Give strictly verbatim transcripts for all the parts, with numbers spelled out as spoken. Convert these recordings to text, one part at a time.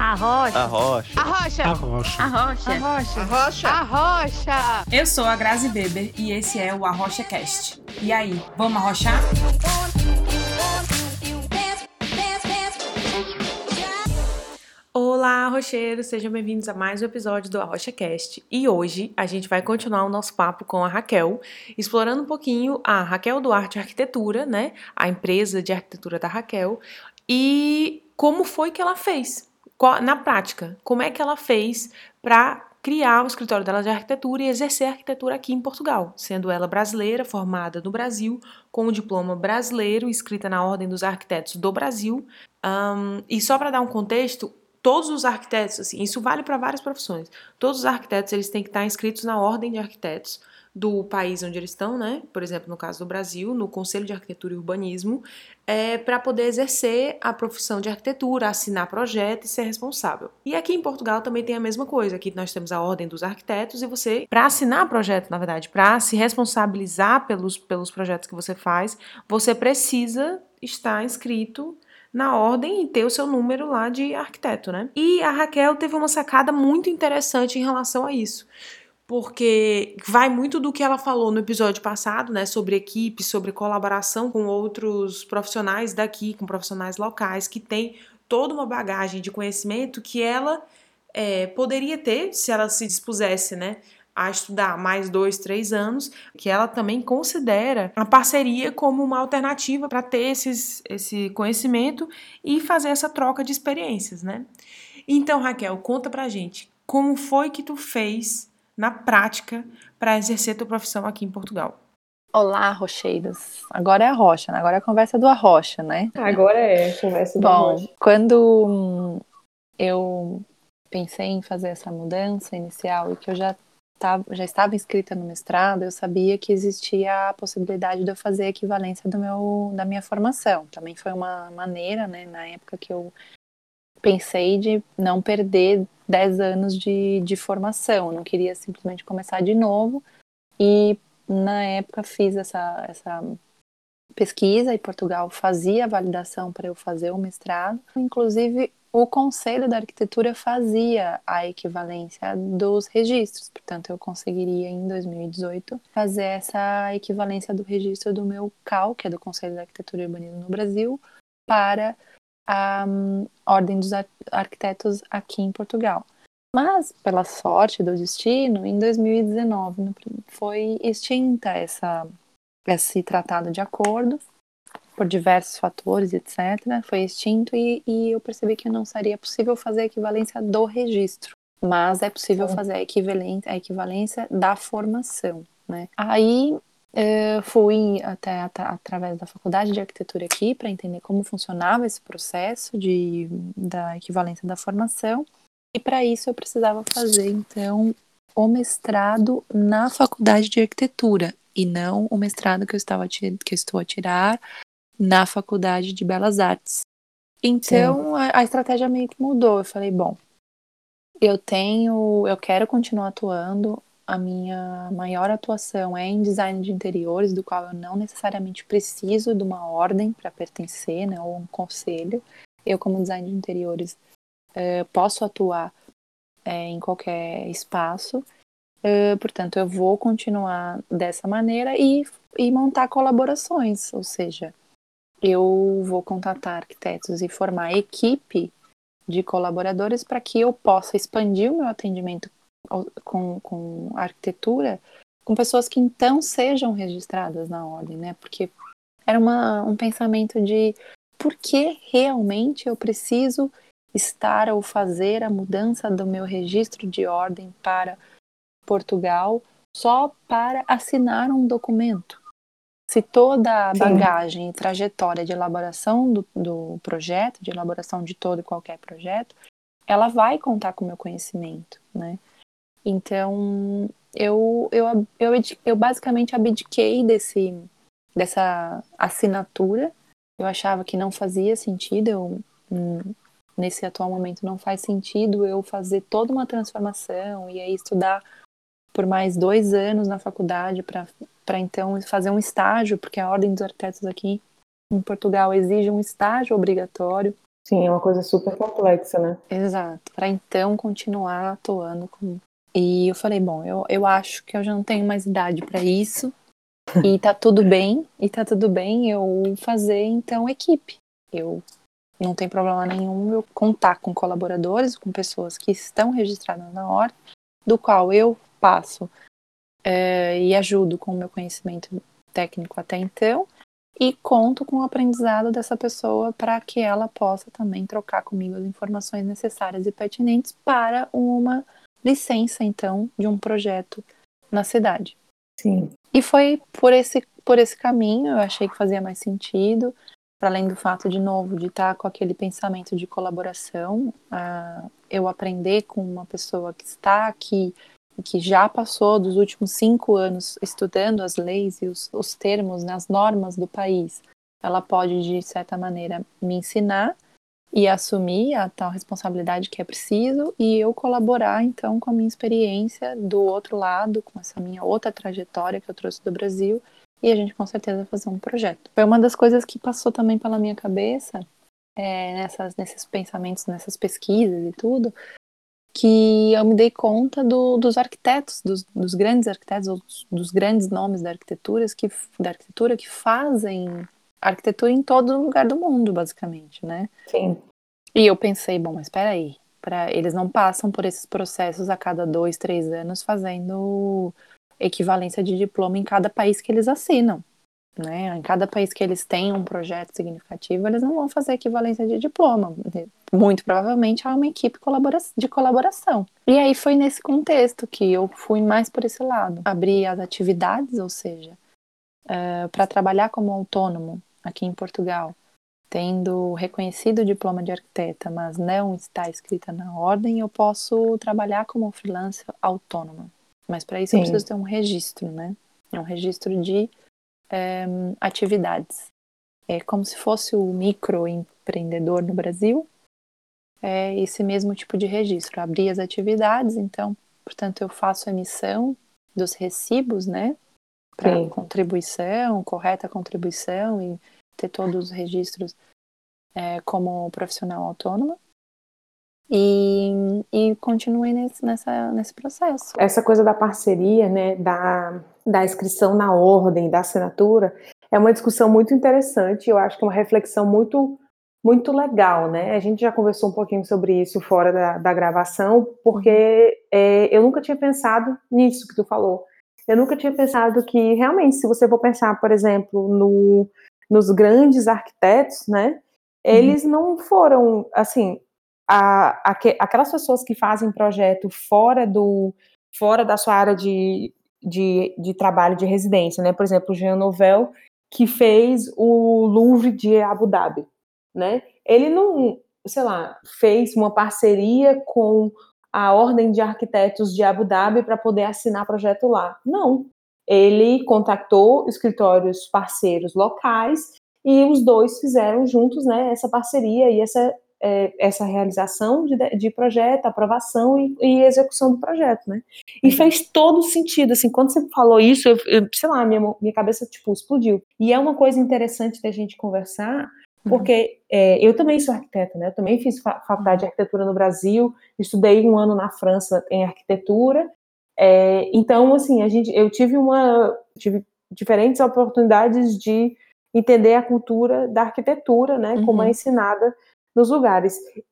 Arrocha. Arrocha. Arrocha. Arrocha. Arrocha. Arrocha. Arrocha. Arrocha. Eu sou a Grazi Weber e esse é o Arrocha Cast. E aí, vamos arrochar? Olá, arrocheiros! Sejam bem-vindos a mais um episódio do Arrocha Cast. E hoje a gente vai continuar o nosso papo com a Raquel, explorando um pouquinho a Raquel Duarte Arquitetura, né? A empresa de arquitetura da Raquel, e como foi que ela fez, na prática, como é que ela fez para criar o escritório dela de arquitetura e exercer a arquitetura aqui em Portugal, sendo ela brasileira, formada no Brasil, com um diploma brasileiro, inscrita na Ordem dos Arquitetos do Brasil. Um, e só para dar um contexto, todos os arquitetos, assim, isso vale para várias profissões, todos os arquitetos eles têm que estar inscritos na Ordem de Arquitetos do país onde eles estão, né? Por exemplo, no caso do Brasil, no Conselho de Arquitetura e Urbanismo, é, para poder exercer a profissão de arquitetura, assinar projeto e ser responsável. E aqui em Portugal também tem a mesma coisa. Aqui nós temos a Ordem dos Arquitetos e você, para assinar projeto, na verdade, para se responsabilizar pelos, pelos projetos que você faz, você precisa estar inscrito na ordem e ter o seu número lá de arquiteto, né? E a Raquel teve uma sacada muito interessante em relação a isso, porque vai muito do que ela falou no episódio passado, né, sobre equipe, sobre colaboração com outros profissionais daqui, com profissionais locais, que tem toda uma bagagem de conhecimento que ela é, poderia ter se ela se dispusesse, né, a estudar mais dois, três anos, que ela também considera a parceria como uma alternativa para ter esses, esse conhecimento e fazer essa troca de experiências, né? Então, Raquel, conta pra gente, como foi que tu fez na prática para exercer tua profissão aqui em Portugal? Olá, arrocheiros. Agora é a rocha, né? Agora é a conversa do arrocha, né? Agora é a conversa do Bom, arrocha. quando hum, eu pensei em fazer essa mudança inicial e que eu já Tava, já estava inscrita no mestrado, eu sabia que existia a possibilidade de eu fazer a equivalência do meu, da minha formação. Também foi uma maneira, né, na época que eu pensei de não perder dez anos de, de formação. Eu não queria simplesmente começar de novo. E na época fiz essa, essa pesquisa e Portugal fazia a validação para eu fazer o mestrado. Inclusive, o Conselho da Arquitetura fazia a equivalência dos registros, portanto eu conseguiria em dois mil e dezoito fazer essa equivalência do registro do meu C A U, que é do Conselho da Arquitetura e Urbanismo no Brasil, para a um, Ordem dos Arquitetos aqui em Portugal. Mas, pela sorte do destino, em dois mil e dezenove foi extinta essa, esse tratado de acordo, por diversos fatores, etcétera, foi extinto e, e eu percebi que não seria possível fazer a equivalência do registro, mas é possível fazer a equivalência, a equivalência da formação, né? Aí eh, fui até at- através da faculdade de arquitetura aqui para entender como funcionava esse processo de, da equivalência da formação, e para isso eu precisava fazer, então, o mestrado na faculdade de arquitetura e não o mestrado que eu, estava, que eu estou a tirar na Faculdade de Belas Artes. Então, a, a estratégia meio que mudou. Eu falei, bom, eu tenho, eu quero continuar atuando, a minha maior atuação é em design de interiores, do qual eu não necessariamente preciso de uma ordem para pertencer, né, ou um conselho. Eu, como design de interiores, eh, posso atuar eh, em qualquer espaço. Uh, portanto, eu vou continuar dessa maneira e, e montar colaborações, ou seja, eu vou contatar arquitetos e formar equipe de colaboradores para que eu possa expandir o meu atendimento com, com arquitetura com pessoas que então sejam registradas na ordem, né? Porque era uma, um pensamento de por que realmente eu preciso estar ou fazer a mudança do meu registro de ordem para Portugal só para assinar um documento. Se toda a bagagem e trajetória de elaboração do, do projeto, de elaboração de todo e qualquer projeto, ela vai contar com o meu conhecimento, né? Então, eu, eu, eu, eu basicamente abdiquei desse, dessa assinatura. Eu achava que não fazia sentido, eu, nesse atual momento não faz sentido eu fazer toda uma transformação e aí estudar por mais dois anos na faculdade para para então fazer um estágio, porque a Ordem dos Arquitetos aqui em Portugal exige um estágio obrigatório Sim, é uma coisa super complexa, né? Exato, para então continuar atuando com. E eu falei, bom, eu, eu acho que eu já não tenho mais idade para isso, e tá tudo bem, e tá tudo bem eu fazer então equipe. Eu não tem problema nenhum eu contar com colaboradores, com pessoas que estão registradas na ordem, do qual eu passo é, e ajudo com o meu conhecimento técnico até então, e conto com o aprendizado dessa pessoa para que ela possa também trocar comigo as informações necessárias e pertinentes para uma licença, então, de um projeto na cidade. Sim. E foi por esse, por esse caminho, eu achei que fazia mais sentido, para além do fato, de novo, de estar com aquele pensamento de colaboração, uh, eu aprender com uma pessoa que está aqui, que já passou dos últimos cinco anos estudando as leis e os, os termos, né, as normas do país, ela pode, de certa maneira, me ensinar e assumir a tal responsabilidade que é preciso, e eu colaborar, então, com a minha experiência do outro lado, com essa minha outra trajetória que eu trouxe do Brasil, e a gente, com certeza, fazer um projeto. Foi uma das coisas que passou também pela minha cabeça, é, nessas, nesses pensamentos, nessas pesquisas e tudo, que eu me dei conta do, dos arquitetos, dos, dos grandes arquitetos, dos, dos grandes nomes da arquitetura, que, da arquitetura que fazem arquitetura em todo lugar do mundo, basicamente, né? Sim. E eu pensei, bom, mas espera aí, pra, eles não passam por esses processos a cada dois, três anos fazendo equivalência de diploma em cada país que eles assinam. Né? Em cada país que eles têm um projeto significativo, eles não vão fazer equivalência de diploma. Muito provavelmente há uma equipe de colaboração. E aí foi nesse contexto que eu fui mais por esse lado. Abri as atividades, ou seja, uh, para trabalhar como autônomo aqui em Portugal, tendo reconhecido o diploma de arquiteta, mas não está escrita na ordem, eu posso trabalhar como freelancer autônoma. Mas para isso Sim. eu preciso ter um registro, né? Um registro de Um, atividades. É como se fosse o microempreendedor no Brasil, é esse mesmo tipo de registro, abrir as atividades, então, portanto, eu faço a emissão dos recibos, né, para contribuição, correta contribuição e ter todos os registros é, como profissional autônoma. E, e continuei nesse, nessa, nesse processo. Essa coisa da parceria, né, da, da inscrição na ordem, da assinatura, é uma discussão muito interessante, eu acho que é uma reflexão muito, muito legal, né? A gente já conversou um pouquinho sobre isso fora da, da gravação, porque uhum. é, eu nunca tinha pensado nisso que tu falou. Eu nunca tinha pensado que, realmente, se você for pensar, por exemplo, no, nos grandes arquitetos, né, eles uhum. não foram, assim... A, a, aquelas pessoas que fazem projeto fora, do, fora da sua área de, de, de trabalho de residência, né? Por exemplo, o Jean Nouvel, que fez o Louvre de Abu Dhabi, né? Ele não, sei lá, fez uma parceria com a Ordem de Arquitetos de Abu Dhabi para poder assinar projeto lá. Não. Ele contactou escritórios parceiros locais e os dois fizeram juntos, né, essa parceria e essa É, essa realização de, de projeto, aprovação e, e execução do projeto, né? E uhum. fez todo sentido, assim, quando você falou isso, eu, eu, sei lá, minha, minha cabeça, tipo, explodiu. E é uma coisa interessante da gente conversar, porque uhum. é, eu também sou arquiteta, né? Eu também fiz fa- faculdade uhum. de arquitetura no Brasil, estudei um ano na França em arquitetura, é, então, assim, a gente, eu tive uma, tive diferentes oportunidades de entender a cultura da arquitetura, né? Uhum. Como é ensinada nos lugares.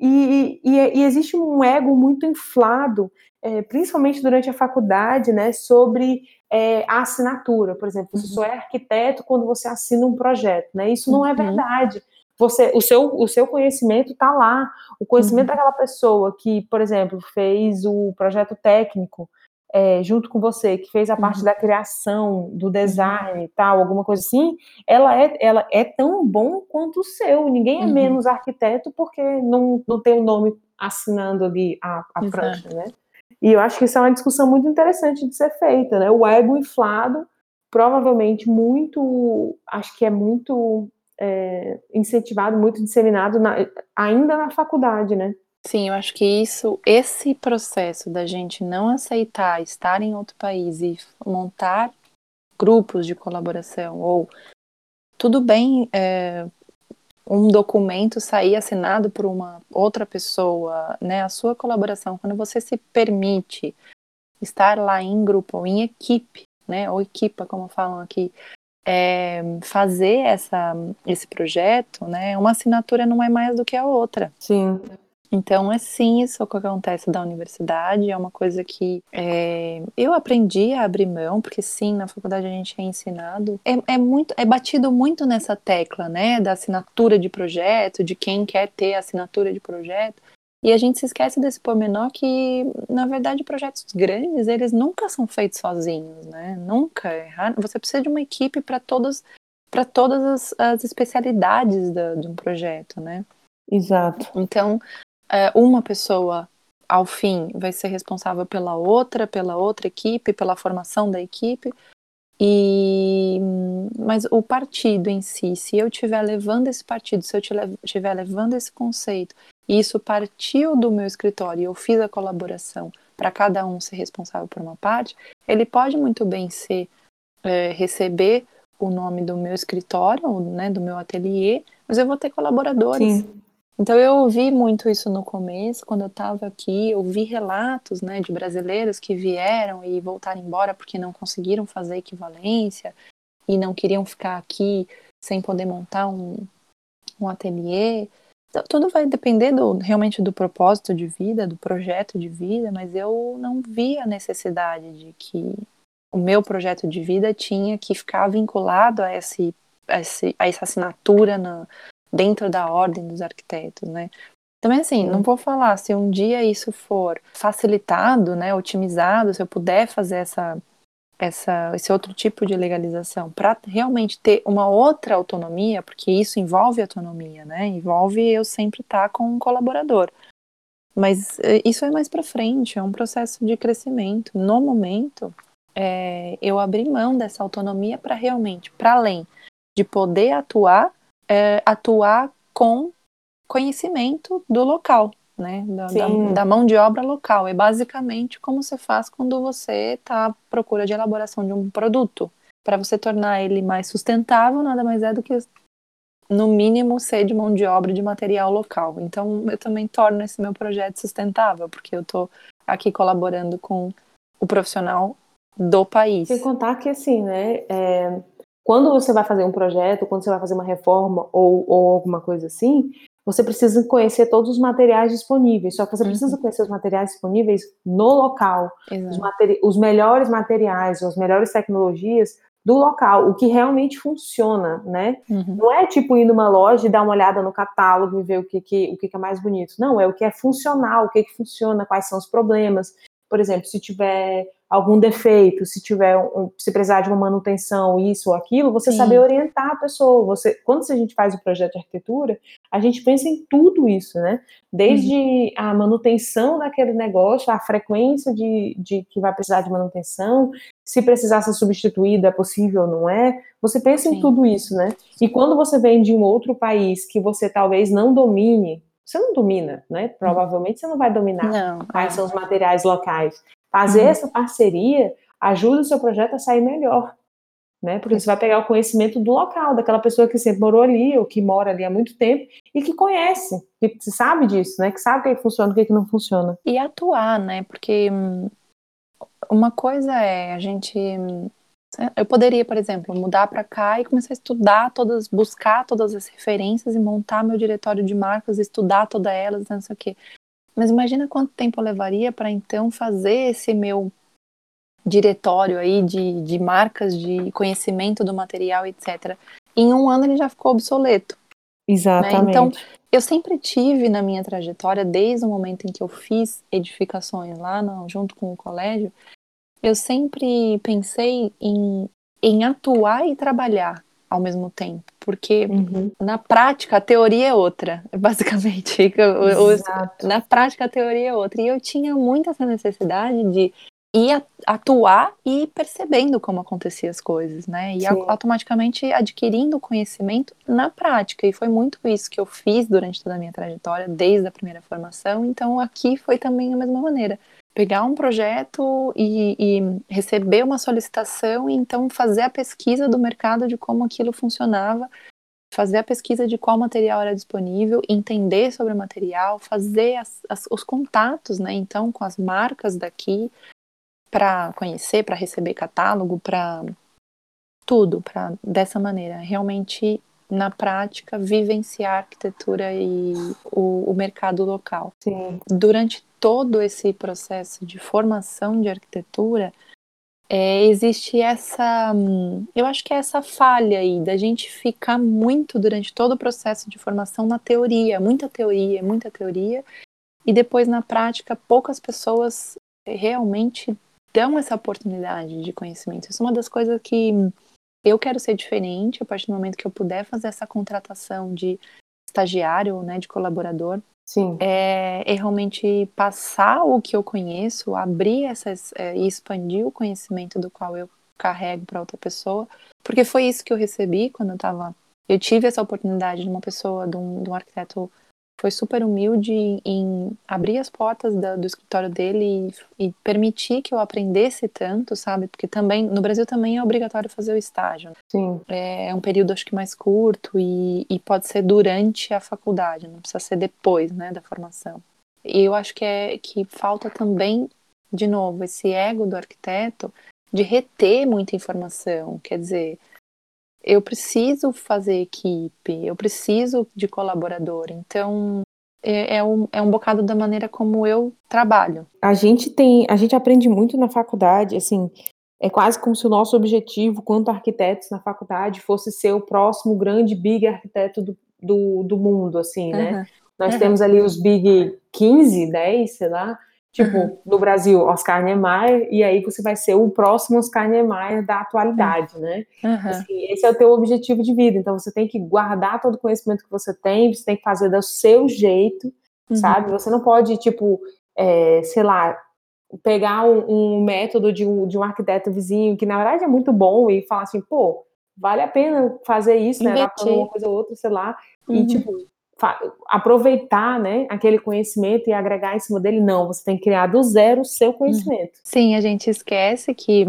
E, e, e existe um ego muito inflado, é, principalmente durante a faculdade, né, sobre é, a assinatura. Por exemplo, você uhum. só é arquiteto quando você assina um projeto, né? Isso não é verdade. Você, o, seu, o seu conhecimento está lá. O conhecimento uhum. daquela pessoa que, por exemplo, fez o projeto técnico, É, junto com você, que fez a parte uhum. da criação, do design e uhum. tal, alguma coisa assim, ela é, ela é tão bom quanto o seu. Ninguém é uhum. menos arquiteto porque não, não tem o nome assinando ali a, a prancha, né? E eu acho que isso é uma discussão muito interessante de ser feita, né? O ego inflado, provavelmente muito, acho que é muito é, incentivado, muito disseminado na, ainda na faculdade, né? Sim, eu acho que isso, esse processo da gente não aceitar estar em outro país e montar grupos de colaboração, ou tudo bem, é, um documento sair assinado por uma outra pessoa, né? A sua colaboração, quando você se permite estar lá em grupo ou em equipe, né? Ou equipa, como falam aqui, é, fazer essa, esse projeto, né? Uma assinatura não é mais do que a outra. Sim. Então, é sim isso que acontece da universidade, é uma coisa que é, eu aprendi a abrir mão, porque sim, na faculdade a gente é ensinado, é, é, muito, é batido muito nessa tecla, né, da assinatura de projeto, de quem quer ter assinatura de projeto, e a gente se esquece desse pormenor que, na verdade, projetos grandes, eles nunca são feitos sozinhos, né, nunca, é raro. Você precisa de uma equipe para todas, para todas as, as especialidades da, de um projeto, né. Exato. Então, uma pessoa, ao fim, vai ser responsável pela outra, pela outra equipe, pela formação da equipe, e mas o partido em si, se eu estiver levando esse partido, se eu estiver levando esse conceito, e isso partiu do meu escritório, e eu fiz a colaboração para cada um ser responsável por uma parte, ele pode muito bem ser, é, receber o nome do meu escritório, né, do meu ateliê, mas eu vou ter colaboradores. Sim. Então eu ouvi muito isso no começo, quando eu estava aqui, eu ouvi relatos, né, de brasileiros que vieram e voltaram embora porque não conseguiram fazer equivalência e não queriam ficar aqui sem poder montar um, um ateliê. Então, tudo vai depender do, realmente do propósito de vida, do projeto de vida, mas eu não vi a necessidade de que o meu projeto de vida tinha que ficar vinculado a, esse, a, esse, a essa assinatura na dentro da ordem dos arquitetos, né? Também assim, não vou falar, se um dia isso for facilitado, né, otimizado, se eu puder fazer essa, essa, esse outro tipo de legalização para realmente ter uma outra autonomia, porque isso envolve autonomia, né? Envolve eu sempre estar com um colaborador. Mas isso é mais para frente, é um processo de crescimento. No momento, é, eu abri mão dessa autonomia para realmente, para além de poder atuar, É, atuar com conhecimento do local, né? Da, da, da mão de obra local. É basicamente como você faz quando você está à procura de elaboração de um produto. Para você tornar ele mais sustentável, nada mais é do que, no mínimo, ser de mão de obra de material local. Então, eu também torno esse meu projeto sustentável, porque eu estou aqui colaborando com o profissional do país. Sem contar que, assim, né, é, quando você vai fazer um projeto, quando você vai fazer uma reforma ou, ou alguma coisa assim, você precisa conhecer todos os materiais disponíveis, só que você Uhum. precisa conhecer os materiais disponíveis no local, os, Exato. materi- os melhores materiais, as melhores tecnologias do local, o que realmente funciona, né? Uhum. Não é tipo ir numa loja e dar uma olhada no catálogo e ver o que, que, o que, que é mais bonito. Não, é o que é funcional, o que, que funciona, quais são os problemas. Por exemplo, se tiver algum defeito, se tiver um, se precisar de uma manutenção, isso ou aquilo, você Sim. saber orientar a pessoa. Você, quando a gente faz o projeto de arquitetura, a gente pensa em tudo isso, né? Desde uhum. a manutenção daquele negócio, a frequência de, de que vai precisar de manutenção, se precisar ser substituído, é possível ou não é. Você pensa Sim. em tudo isso, né? E quando você vem de um outro país que você talvez não domine, você não domina, né? Provavelmente você não vai dominar não, quais é. são os materiais locais. Fazer uhum. essa parceria ajuda o seu projeto a sair melhor, né? Porque você vai pegar o conhecimento do local, daquela pessoa que sempre morou ali, ou que mora ali há muito tempo, e que conhece, que sabe disso, né? Que sabe o que funciona, o que não funciona. E atuar, né? Porque uma coisa é a gente... Eu poderia, por exemplo, mudar para cá e começar a estudar todas, buscar todas as referências e montar meu diretório de marcas, estudar todas elas, não sei o quê. Mas imagina quanto tempo eu levaria para então fazer esse meu diretório aí de, de marcas, de conhecimento do material, etcétera. Em um ano ele já ficou obsoleto. Exatamente. Né? Então, eu sempre tive na minha trajetória, desde o momento em que eu fiz edificações lá no, junto com o colégio, eu sempre pensei em, em atuar e trabalhar ao mesmo tempo, porque uhum. na prática a teoria é outra, basicamente. Exato. Na prática a teoria é outra. E eu tinha muito essa necessidade de ir atuar e ir percebendo como aconteciam as coisas, né? E Sim. automaticamente adquirindo conhecimento na prática. E foi muito isso que eu fiz durante toda a minha trajetória, desde a primeira formação. Então aqui foi também a mesma maneira. Pegar um projeto e, e receber uma solicitação e então fazer a pesquisa do mercado de como aquilo funcionava, fazer a pesquisa de qual material era disponível, entender sobre o material, fazer as, as, os contatos, né, então, com as marcas daqui, para conhecer, para receber catálogo, para tudo, para dessa maneira, realmente, na prática, vivenciar a arquitetura e o, o mercado local. Sim. Durante todo esse processo de formação de arquitetura, É, existe essa, eu acho que é essa falha aí, da gente ficar muito durante todo o processo de formação na teoria, muita teoria, muita teoria, e depois na prática poucas pessoas realmente dão essa oportunidade de conhecimento. Isso é uma das coisas que eu quero ser diferente a partir do momento que eu puder fazer essa contratação de estagiário, né, de colaborador. Sim. É, é realmente passar o que eu conheço, abrir essas é, e expandir o conhecimento do qual eu carrego para outra pessoa, porque foi isso que eu recebi quando eu estava. Eu tive essa oportunidade de uma pessoa, de um, de um arquiteto, foi super humilde em, em abrir as portas da, do escritório dele e, e permitir que eu aprendesse tanto, sabe? Porque também no Brasil também é obrigatório fazer o estágio. Sim. É um período, acho que mais curto e, e pode ser durante a faculdade, não precisa ser depois, né, da formação. E eu acho que, é, que falta também, de novo, esse ego do arquiteto de reter muita informação. Quer dizer, eu preciso fazer equipe, eu preciso de colaborador. Então, é, é, um, é um bocado da maneira como eu trabalho. A gente tem, a gente aprende muito na faculdade, assim, é quase como se o nosso objetivo, quanto arquitetos na faculdade, fosse ser o próximo grande big arquiteto do, do, do mundo, assim, né? Uhum. Nós Uhum. temos ali os big quinze, dez, sei lá, tipo, Uhum. no Brasil, Oscar Niemeyer, e aí você vai ser o próximo Oscar Niemeyer da atualidade, né? Uhum. Assim, esse é o teu objetivo de vida, então você tem que guardar todo o conhecimento que você tem, você tem que fazer do seu jeito, Uhum. sabe? Você não pode, tipo, é, sei lá, pegar um, um método de um, de um arquiteto vizinho, que na verdade é muito bom, e falar assim, pô, vale a pena fazer isso, né, adaptando uma coisa ou outra, sei lá, Uhum. e tipo, aproveitar, né, aquele conhecimento e agregar em cima dele. Não, você tem que criar do zero o seu conhecimento. Sim, a gente esquece que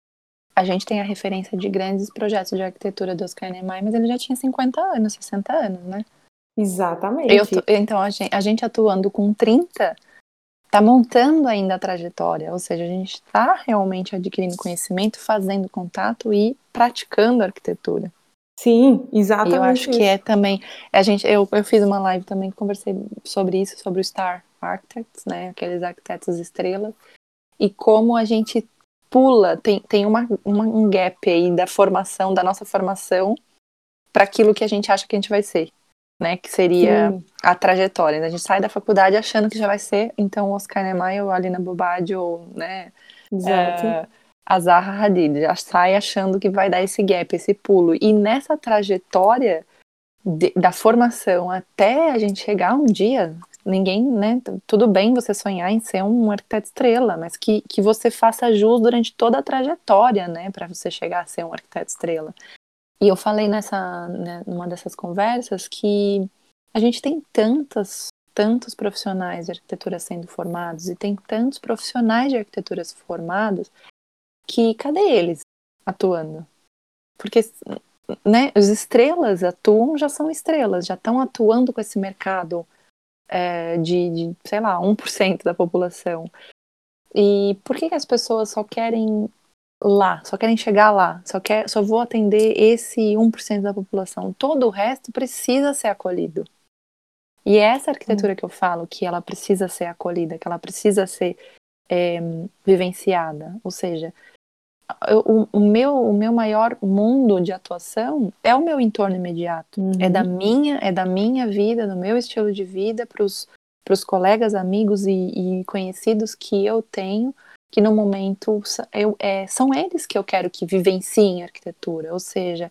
a gente tem a referência de grandes projetos de arquitetura do Oscar Niemeyer, mas ele já tinha cinquenta anos, sessenta anos, né? Exatamente. Eu, então, a gente, a gente atuando com trinta, tá montando ainda a trajetória, ou seja, a gente está realmente adquirindo conhecimento, fazendo contato e praticando arquitetura. Sim, exatamente. E eu acho isso. que é também, a gente, eu, eu fiz uma live também, conversei sobre isso, sobre o Star Architects, né, aqueles arquitetos estrelas, e como a gente pula, tem, tem uma, uma, um gap aí da formação, da nossa formação, para aquilo que a gente acha que a gente vai ser, né? Que seria Sim. a trajetória. A gente sai da faculdade achando que já vai ser, então, o Oscar Niemeyer ou a Alina Bobadji ou, né? Exato. É, a Zaha Hadid, já sai achando que vai dar esse gap, esse pulo. E nessa trajetória de, da formação até a gente chegar um dia, ninguém, né? Tudo bem você sonhar em ser um arquiteto estrela, mas que, que você faça jus durante toda a trajetória, né? Para você chegar a ser um arquiteto estrela. E eu falei nessa, né, numa dessas conversas que a gente tem tantas, tantos profissionais de arquitetura sendo formados e tem tantos profissionais de arquitetura formados que cadê eles atuando? Porque, né, as estrelas atuam, já são estrelas, já estão atuando com esse mercado é, de, de, sei lá, um por cento da população. E por que, que as pessoas só querem lá, só querem chegar lá, só, quer, só vou atender esse um por cento da população. Todo o resto precisa ser acolhido. E é essa arquitetura hum. que eu falo, que ela precisa ser acolhida, que ela precisa ser é, vivenciada. Ou seja, o, o, meu, o meu maior mundo de atuação é o meu entorno imediato. Uhum. É da minha, é da minha vida, do meu estilo de vida, para os colegas, amigos e, e conhecidos que eu tenho, que no momento eu, é, são eles que eu quero que vivenciem a arquitetura, ou seja,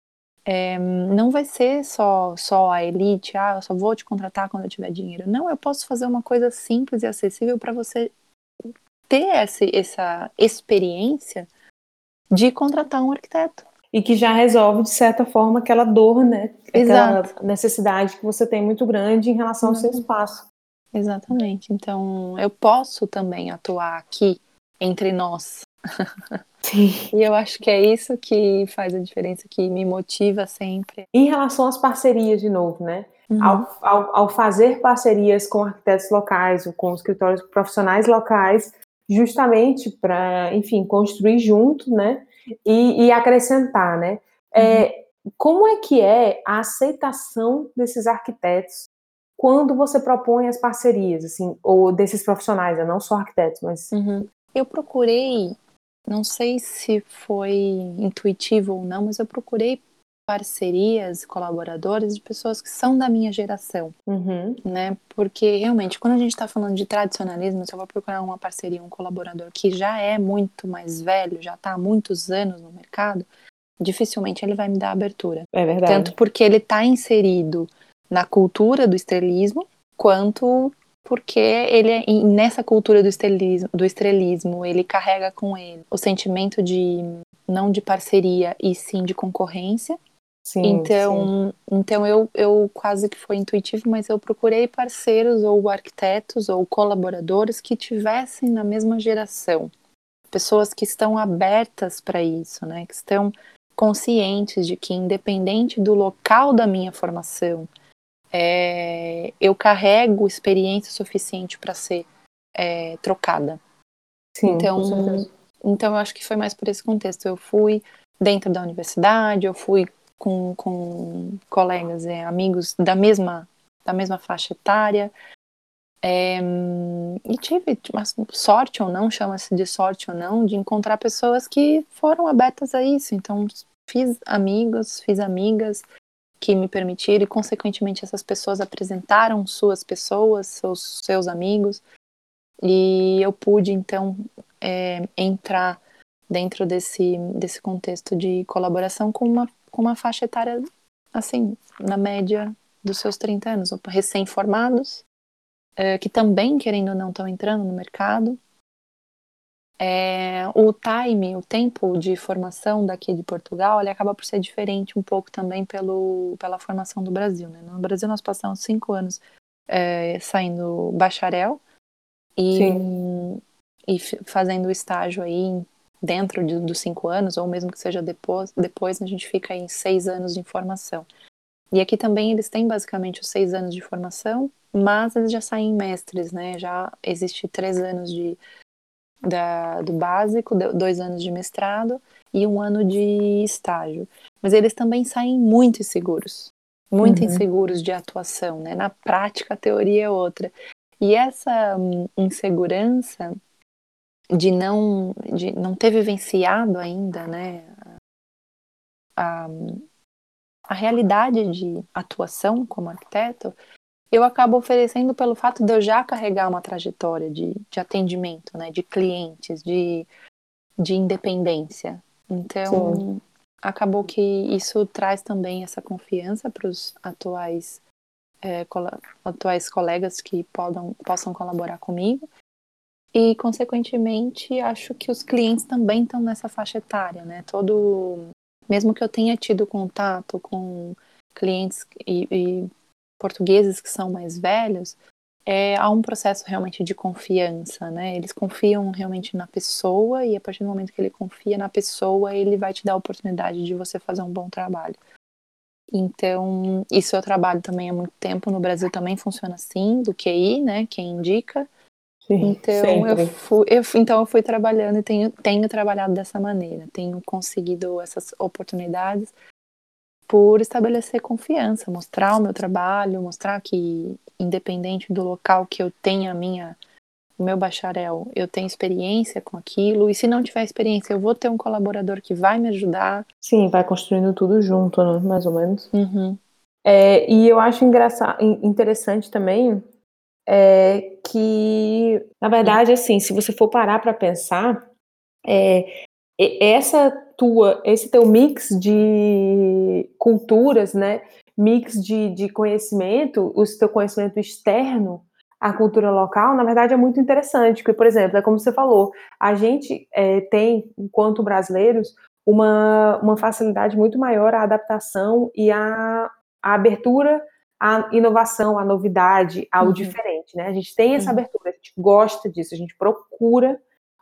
é, não vai ser só, só a elite, ah, eu só vou te contratar quando eu tiver dinheiro. Não, eu posso fazer uma coisa simples e acessível para você ter essa, essa experiência de contratar um arquiteto. E que já resolve, de certa forma, aquela dor, né? Aquela Exato. necessidade que você tem muito grande em relação Exato. ao seu espaço. Exatamente. Então, eu posso também atuar aqui entre nós, Sim. E eu acho que é isso que faz a diferença, que me motiva sempre. Em relação às parcerias, de novo, né? Uhum. Ao, ao, ao fazer parcerias com arquitetos locais, ou com escritórios profissionais locais, justamente para, enfim, construir junto, né? E, e acrescentar, né? É, como é que é a aceitação desses arquitetos quando você propõe as parcerias, assim, ou desses profissionais, né? Não só arquitetos, mas... Uhum. Eu procurei, não sei se foi intuitivo ou não, mas eu procurei parcerias, colaboradores de pessoas que são da minha geração, Uhum. né? Porque realmente, quando a gente está falando de tradicionalismo, se eu vou procurar uma parceria, um colaborador que já é muito mais velho, já está há muitos anos no mercado, dificilmente ele vai me dar abertura. É verdade. Tanto porque ele está inserido na cultura do estrelismo, quanto porque ele é, nessa cultura do estrelismo, do estrelismo, ele carrega com ele o sentimento de não de parceria e sim de concorrência. Sim, então, sim. então eu, eu quase que foi intuitivo, mas eu procurei parceiros ou arquitetos ou colaboradores que tivessem na mesma geração, pessoas que estão abertas para isso, né? Que estão conscientes de que, independente do local da minha formação, é, eu carrego experiência suficiente para ser é, trocada. Sim, então, com certeza. Então, eu acho que foi mais por esse contexto. Eu fui dentro da universidade, eu fui com, com colegas, é, amigos da mesma, da mesma faixa etária, é, e tive sorte ou não, chama-se de sorte ou não, de encontrar pessoas que foram abertas a isso. Então, fiz amigos, fiz amigas que me permitiram, e consequentemente essas pessoas apresentaram suas pessoas, seus, seus amigos, e eu pude então é, entrar dentro desse, desse contexto de colaboração com uma, com uma faixa etária, assim, na média dos seus trinta anos, recém-formados, é, que também, querendo ou não, estão entrando no mercado. É, o time, o tempo de formação daqui de Portugal, ele acaba por ser diferente um pouco também pelo, pela formação do Brasil, né? No Brasil nós passamos cinco anos é, saindo bacharel e, e fazendo estágio aí dentro de, dos cinco anos, ou mesmo que seja depois, depois a gente fica em seis anos de formação. E aqui também eles têm basicamente os seis anos de formação, mas eles já saem mestres, né? Já existe três anos de Da, do básico, dois anos de mestrado e um ano de estágio. Mas eles também saem muito inseguros, muito Uhum. inseguros de atuação, né? Na prática, a teoria é outra. E essa hum, insegurança de não, de não ter vivenciado ainda, né, a, a realidade de atuação como arquiteto, eu acabo oferecendo pelo fato de eu já carregar uma trajetória de, de atendimento, né, de clientes, de de independência. Então, Sim. acabou que isso traz também essa confiança para os atuais, é, atuais colegas que podam, possam colaborar comigo. E, consequentemente, acho que os clientes também estão nessa faixa etária, né? Todo, mesmo que eu tenha tido contato com clientes e, e portugueses que são mais velhos, é, há um processo realmente de confiança, né? Eles confiam realmente na pessoa e a partir do momento que ele confia na pessoa, ele vai te dar a oportunidade de você fazer um bom trabalho. Então, isso eu trabalho também há muito tempo, no Brasil também funciona assim, do Q I, né? Quem indica. Sim, Então eu, sempre. fui, eu, então eu fui trabalhando e tenho, tenho trabalhado dessa maneira, tenho conseguido essas oportunidades por estabelecer confiança, mostrar o meu trabalho, mostrar que independente do local que eu tenha a minha, o meu bacharel, eu tenho experiência com aquilo, e se não tiver experiência, eu vou ter um colaborador que vai me ajudar. Sim, vai construindo tudo junto, né? Mais ou menos. Uhum. É, e eu acho engraçado, interessante também é que, na verdade, assim, se você for parar para pensar, é, essa tua, esse teu mix de culturas, né, mix de, de conhecimento, o teu conhecimento externo à cultura local, na verdade é muito interessante, porque, por exemplo, é como você falou, a gente é, tem, enquanto brasileiros, uma, uma facilidade muito maior à adaptação e à, à abertura à inovação, à novidade, ao Uhum. diferente, né? A gente tem essa Uhum. abertura, a gente gosta disso, a gente procura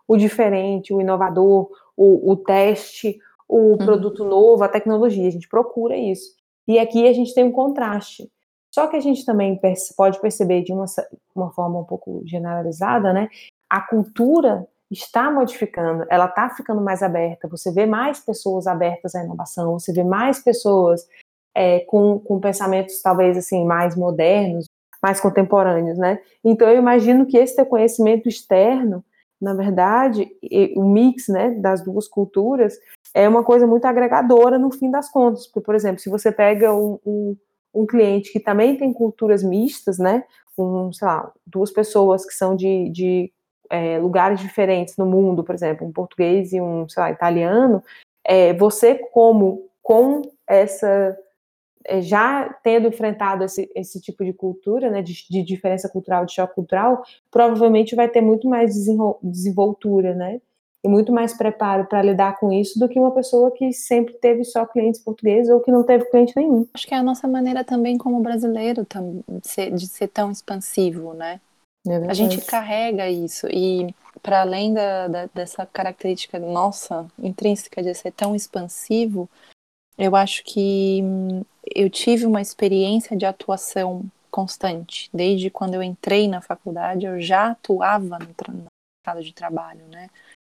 o diferente, o inovador, o, o teste, o produto novo, a tecnologia, a gente procura isso. E aqui a gente tem um contraste. Só que a gente também perce- pode perceber de uma, ce- uma forma um pouco generalizada, né? A cultura está modificando, ela está ficando mais aberta, você vê mais pessoas abertas à inovação, você vê mais pessoas é, com, com pensamentos talvez assim mais modernos, mais contemporâneos, né? Então eu imagino que esse teu conhecimento externo, na verdade, e- o mix, né, das duas culturas, é uma coisa muito agregadora no fim das contas, porque, por exemplo, se você pega um, um, um cliente que também tem culturas mistas, né, com, sei lá, duas pessoas que são de, de é, lugares diferentes no mundo, por exemplo, um português e um, sei lá, italiano, é, você como com essa é, já tendo enfrentado esse, esse tipo de cultura, né, de, de diferença cultural, de choque cultural, provavelmente vai ter muito mais desenvol- desenvoltura, né, e muito mais preparo para lidar com isso do que uma pessoa que sempre teve só clientes portugueses ou que não teve cliente nenhum. Acho que é a nossa maneira também como brasileiro tam- de ser, de ser tão expansivo, né? É A gente verdade. carrega isso e para além da, da- dessa característica nossa, intrínseca de ser tão expansivo, eu acho que hum, eu tive uma experiência de atuação constante. Desde quando eu entrei na faculdade, eu já atuava no, tra- no mercado de trabalho, né?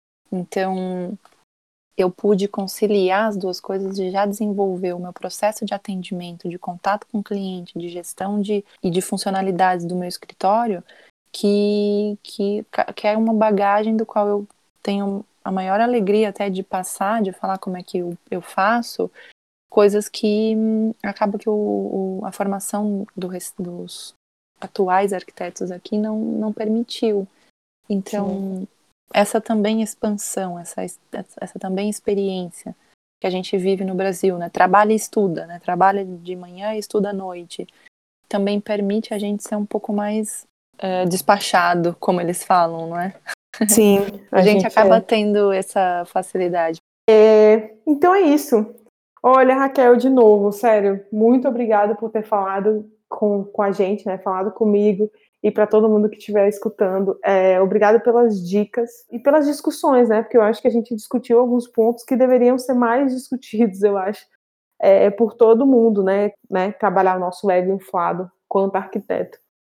Então, eu pude conciliar as duas coisas de já desenvolver o meu processo de atendimento, de contato com o cliente, de gestão de, e de funcionalidades do meu escritório, que, que, que é uma bagagem do qual eu tenho a maior alegria até de passar, de falar como é que eu, eu faço, coisas que hum, acaba que o, o, a formação do, dos atuais arquitetos aqui não, não permitiu. Então, Sim. essa também expansão, essa, essa também experiência que a gente vive no Brasil, né? Trabalha e estuda, né? Trabalha de manhã e estuda à noite. Também permite a gente ser um pouco mais é, despachado, como eles falam, não é? Sim, a, a gente, gente acaba é. tendo essa facilidade. É, então é isso. Olha, Raquel, de novo, sério, muito obrigada por ter falado com, com a gente, né? Falado comigo e para todo mundo que estiver escutando. É, obrigada pelas dicas e pelas discussões, né? Porque eu acho que a gente discutiu alguns pontos que deveriam ser mais discutidos, eu acho, é, por todo mundo, né? né? Trabalhar o nosso ego inflado quanto arquiteto,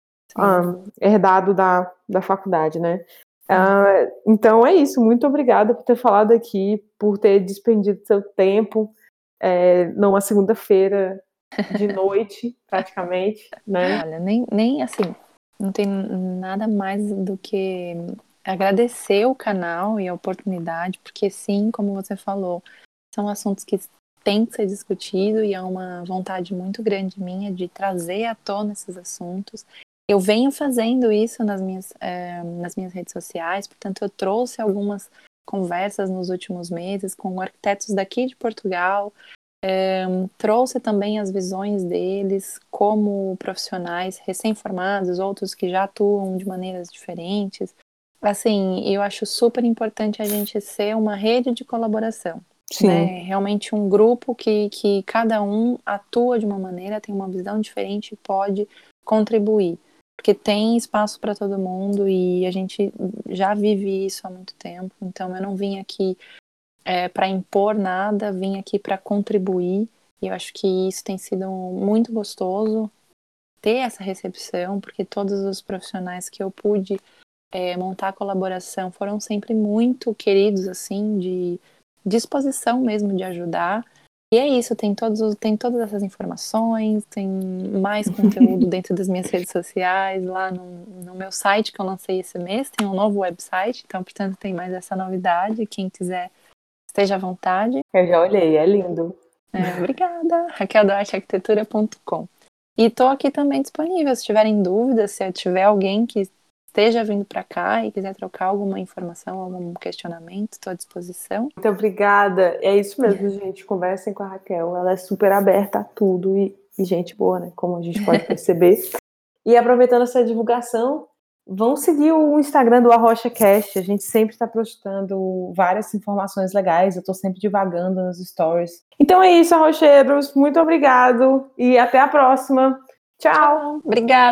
um, herdado da, da faculdade, né? Uh, então é isso, muito obrigada por ter falado aqui, por ter despendido seu tempo é, numa segunda-feira de noite, praticamente, né? Olha, nem, nem assim, não tem nada mais do que agradecer o canal e a oportunidade, porque sim, como você falou, são assuntos que têm que ser discutidos e é uma vontade muito grande minha de trazer à tona esses assuntos. Eu venho fazendo isso nas minhas, é, nas minhas redes sociais, portanto eu trouxe algumas conversas nos últimos meses com arquitetos daqui de Portugal, é, trouxe também as visões deles como profissionais recém-formados, outros que já atuam de maneiras diferentes. Assim, eu acho super importante a gente ser uma rede de colaboração. Sim. Né? Realmente um grupo que, que cada um atua de uma maneira, tem uma visão diferente e pode contribuir. Porque tem espaço para todo mundo e a gente já vive isso há muito tempo. Então eu não vim aqui é, para impor nada, vim aqui para contribuir. E eu acho que isso tem sido muito gostoso, ter essa recepção, porque todos os profissionais que eu pude é, montar a colaboração foram sempre muito queridos, assim, de disposição mesmo de ajudar. E é isso, tem, todos, tem todas essas informações, tem mais conteúdo dentro das minhas redes sociais, lá no, no meu site que eu lancei esse mês, tem um novo website, então, portanto, tem mais essa novidade. Quem quiser, esteja à vontade. Eu já olhei, é lindo. É, obrigada, raquel duarte arquitetura ponto com. E estou aqui também disponível, se tiverem dúvidas, se tiver alguém que esteja vindo para cá e quiser trocar alguma informação, algum questionamento, estou à disposição. Muito obrigada. É isso mesmo, gente. Conversem com a Raquel. Ela é super aberta a tudo e, e gente boa, né? Como a gente pode perceber. E aproveitando essa divulgação, vão seguir o Instagram do ArrochaCast. A gente sempre está postando várias informações legais. Eu estou sempre divagando nos stories. Então é isso, arrocheiros. Muito obrigado e até a próxima. Tchau. Tchau. Obrigada.